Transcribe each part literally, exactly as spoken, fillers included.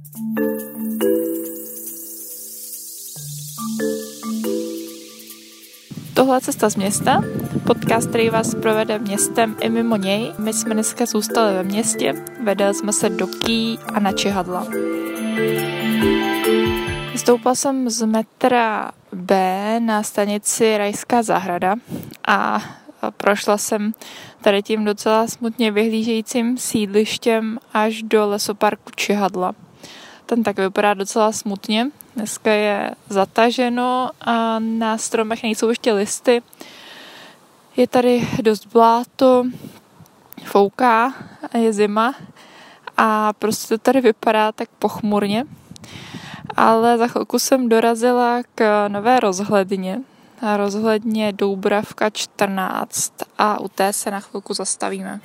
Tohle je Cesta z města, podcast, který vás provede městem i mimo něj. My jsme dneska zůstali ve městě, vedeli jsme se do Ký a na Čihadla. Stoupla jsem z metra B na stanici Rajská zahrada a prošla jsem tady tím docela smutně vyhlížejícím sídlištěm až do lesoparku Čihadla. Ten tak vypadá docela smutně. Dneska je zataženo a na stromech nejsou ještě listy. Je tady dost bláto, fouká, je zima a prostě to tady vypadá tak pochmurně. Ale za chvilku jsem dorazila k nové rozhledně. Rozhledně Doubravka čtrnáct a u té se na chvilku zastavíme.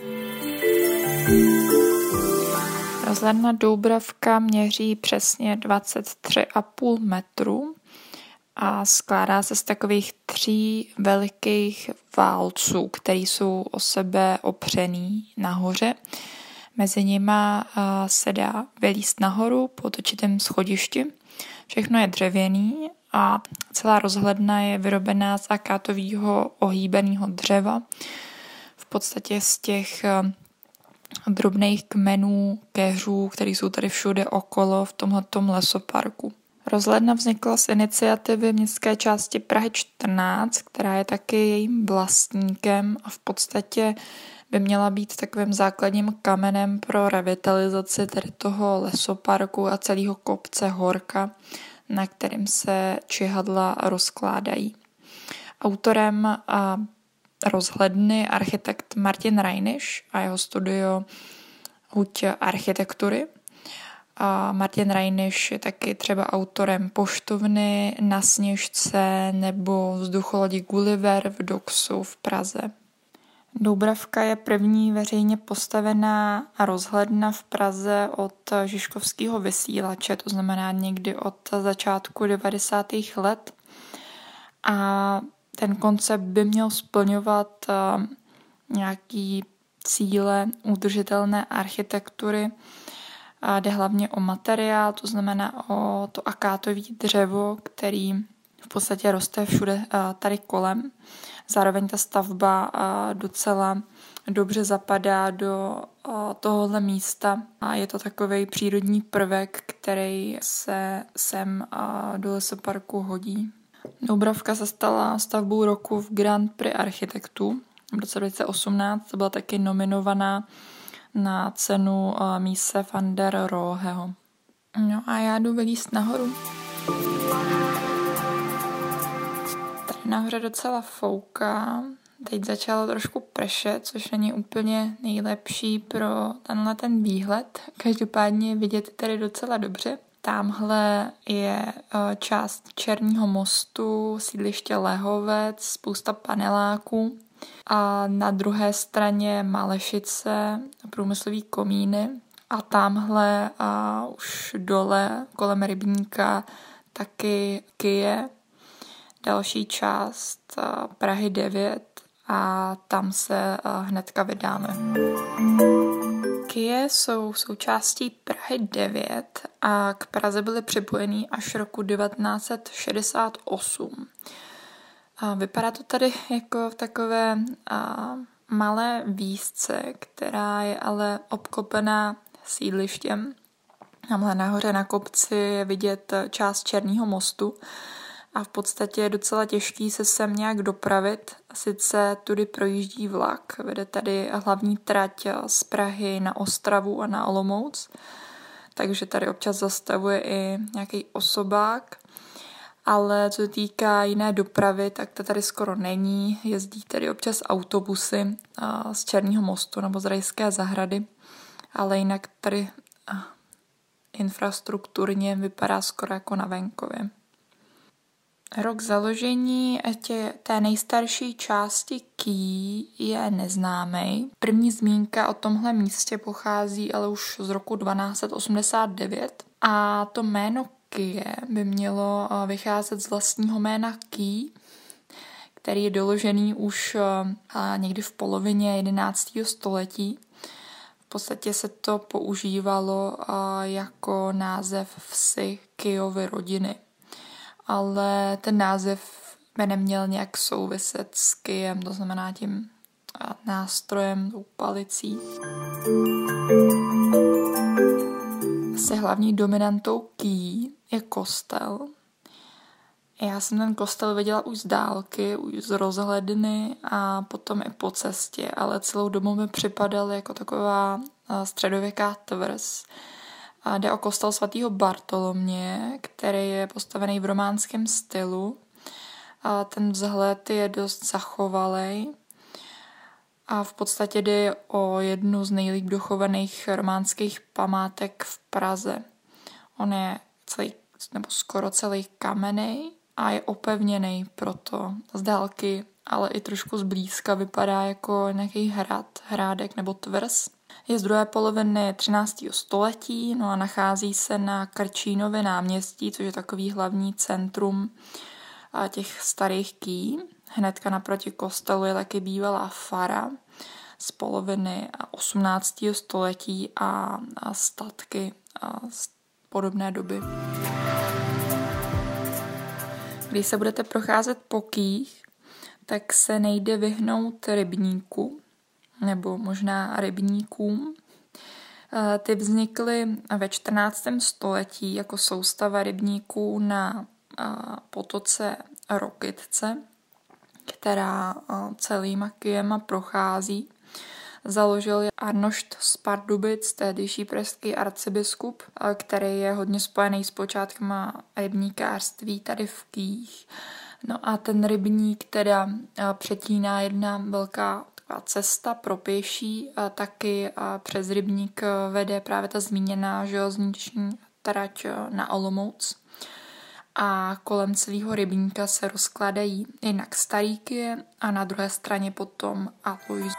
Rozhledna Doubravka měří přesně dvacet tři a půl metru a skládá se z takových tří velikých válců, které jsou o sebe opřený nahoře. Mezi nima se dá vylízt nahoru po točitém schodišti. Všechno je dřevěný a celá rozhledna je vyrobená z akátového ohýbeného dřeva. V podstatě z těch drobných kmenů keřů, které jsou tady všude okolo v tomhletom lesoparku. Rozhledna vznikla z iniciativy městské části Prahy čtrnáct, která je taky jejím vlastníkem a v podstatě by měla být takovým základním kamenem pro revitalizaci tady toho lesoparku a celého kopce Horka, na kterým se Čihadla rozkládají. Autorem a rozhledny architekt Martin Reiniš a jeho studio Huť architektury. A Martin Reiniš je taky třeba autorem Poštovny na Sněžce nebo vzducholodi Gulliver v Doxu v Praze. Doubravka je první veřejně postavená rozhledna v Praze od žižkovského vysílače, to znamená někdy od začátku devadesátých let. A ten koncept by měl splňovat uh, nějaký cíle udržitelné architektury. A jde hlavně o materiál, to znamená o to akátový dřevo, který v podstatě roste všude uh, tady kolem. Zároveň ta stavba uh, docela dobře zapadá do uh, tohohle místa a je to takovej přírodní prvek, který se sem uh, do lesoparku hodí. Doubravka se stala stavbou roku v Grand Prix architektů. V roce dva tisíce osmnáct byla taky nominovaná na cenu Mise van der Roheho. No a já jdu vylízt nahoru. Tady nahoře docela fouká. Teď začalo trošku pršet, což není úplně nejlepší pro tenhle ten výhled. Každopádně vidět tady docela dobře. Támhle je část Černího mostu, sídliště Lehovec, spousta paneláků a na druhé straně Malešice, průmyslový komíny a támhle a už dole kolem rybníka taky Kyje, další část Prahy devět a tam se hnedka vydáme. Kyje jsou součástí Prahy devět a k Praze byly připojený až roku devatenáct set šedesát osm. A vypadá to tady jako v takové a, malé vísce, která je ale obklopená sídlištěm. Tamhle nahoře na kopci je vidět část Černého mostu a v podstatě je docela těžký se sem nějak dopravit. Sice tudy projíždí vlak, vede tady hlavní trať z Prahy na Ostravu a na Olomouc, takže tady občas zastavuje i nějaký osobák, ale co se týká jiné dopravy, tak to tady skoro není. Jezdí tady občas autobusy z Černého mostu nebo z Rajské zahrady, ale jinak tady infrastrukturně vypadá skoro jako na venkově. Rok založení tě, té nejstarší části Ký je neznámý. První zmínka o tomhle místě pochází ale už z roku dvanáct set osmdesát devět a to jméno Kyje by mělo vycházet z vlastního jména Ký, který je doložený už někdy v polovině jedenáctého století. V podstatě se to používalo jako název vsi Kyjovy rodiny. Ale ten název by neměl nějak souviset s Kyjem, to znamená tím nástrojem, tou palicí. Asi hlavní dominantou Kyjí je kostel. Já jsem ten kostel viděla už z dálky, už z rozhledny a potom i po cestě, ale celou dobu mi připadal jako taková středověká tvrz. A jde o kostel svatého Bartoloměje, který je postavený v románském stylu. A ten vzhled je dost zachovalej. A v podstatě jde o jednu z nejlíp dochovaných románských památek v Praze. On je celý, nebo skoro celý kamenný a je opevněný, proto z dálky, ale i trošku zblízka vypadá jako nějaký hrad, hrádek nebo tvrz. Je z druhé poloviny třináctého století, no a nachází se na Krčínově náměstí, což je takový hlavní centrum těch starých Kyjí. Hnedka naproti kostelu je taky bývalá fara z poloviny osmnáctého století a, a statky a z podobné doby. Když se budete procházet po Kyjích, tak se nejde vyhnout rybníku, nebo možná rybníkům. Ty vznikly ve čtrnáctém století jako soustava rybníků na potoce Rokytce, která celýma Kyjema prochází. Založil je Arnošt z Pardubic, tehdejší pražský arcibiskup, který je hodně spojený s počátkama rybníkářství tady v Kyjích. No a ten rybník teda přetíná jedna velká cesta pro pěší, taky přes rybník vede právě ta zmíněná železniční trať na Olomouc. A kolem celého rybníka se rozkládají jinak starý Kyje a na druhé straně potom Alojzov.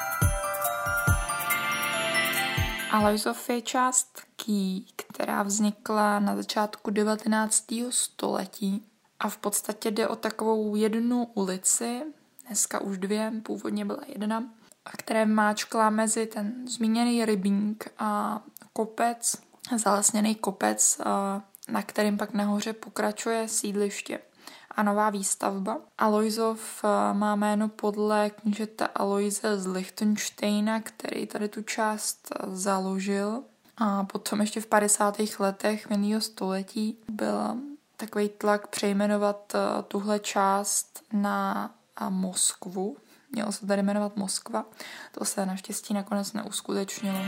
Alojzov je část Kyjí, která vznikla na začátku devatenáctého století a v podstatě jde o takovou jednu ulici, dneska už dvě, původně byla jedna, které máčkla mezi ten zmíněný rybník a kopec, zalesněný kopec, na kterým pak nahoře pokračuje sídliště a nová výstavba. Alojzov má jméno podle knížete Alojze z Lichtenštejna, který tady tu část založil. A potom ještě v padesátých letech minulého století byl takový tlak přejmenovat tuhle část na Moskvu. Mělo se tady jmenovat Moskva. To se naštěstí nakonec neuskutečnilo.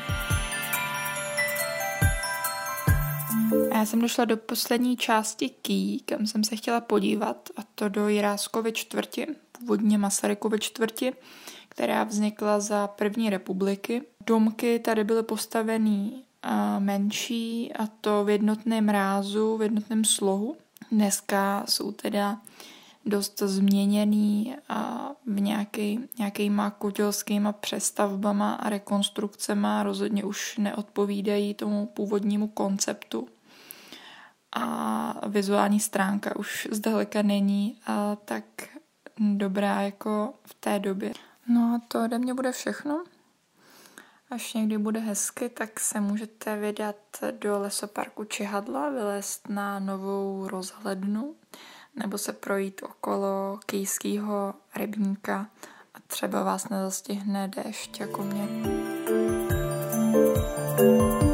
A já jsem došla do poslední části Kyjí, kam jsem se chtěla podívat, a to do Jiráskovy čtvrti, původně Masarykovy čtvrti, která vznikla za první republiky. Domky tady byly postavený menší, a to v jednotném rázu, v jednotném slohu. Dneska jsou teda dost změněný a v nějaký, nějakýma kutilskýma přestavbama a rekonstrukcema, rozhodně už neodpovídají tomu původnímu konceptu. A vizuální stránka už zdaleka není a tak dobrá jako v té době. No a to ode mě bude všechno. Až někdy bude hezky, tak se můžete vydat do lesoparku Čihadla, vylézt na novou rozhlednu, nebo se projít okolo kyjského rybníka a třeba vás nezastihne déšť jako mě.